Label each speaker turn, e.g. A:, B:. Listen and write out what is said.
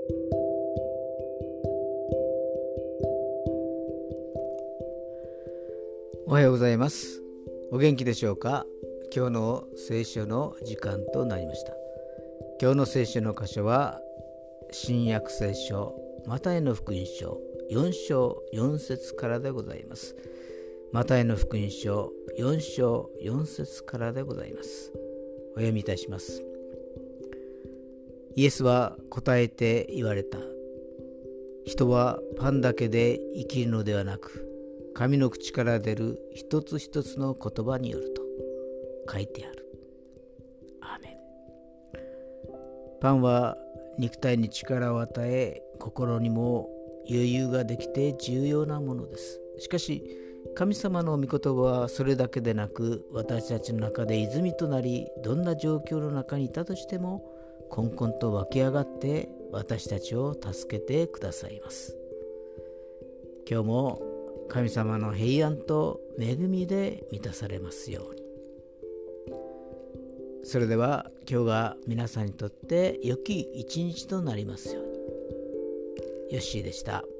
A: おはようございます。お元気でしょうか。今日の聖書の時間となりました。今日の聖書の箇所は新約聖書マタイの福音書4章4節からでございます。マタイの福音書4章4節からでございます。お読みいたします。イエスは答えて言われた。人はパンだけで生きるのではなく、神の口から出る一つ一つの言葉によると書いてある。アーメン。パンは肉体に力を与え、心にも余裕ができて重要なものです。しかし神様の御言葉はそれだけでなく、私たちの中で泉となり、どんな状況の中にいたとしてもこんこんと湧き上がって私たちを助けてくださいます。今日も神様の平安と恵みで満たされますように。それでは今日が皆さんにとって良き一日となりますように。ヨッシーでした。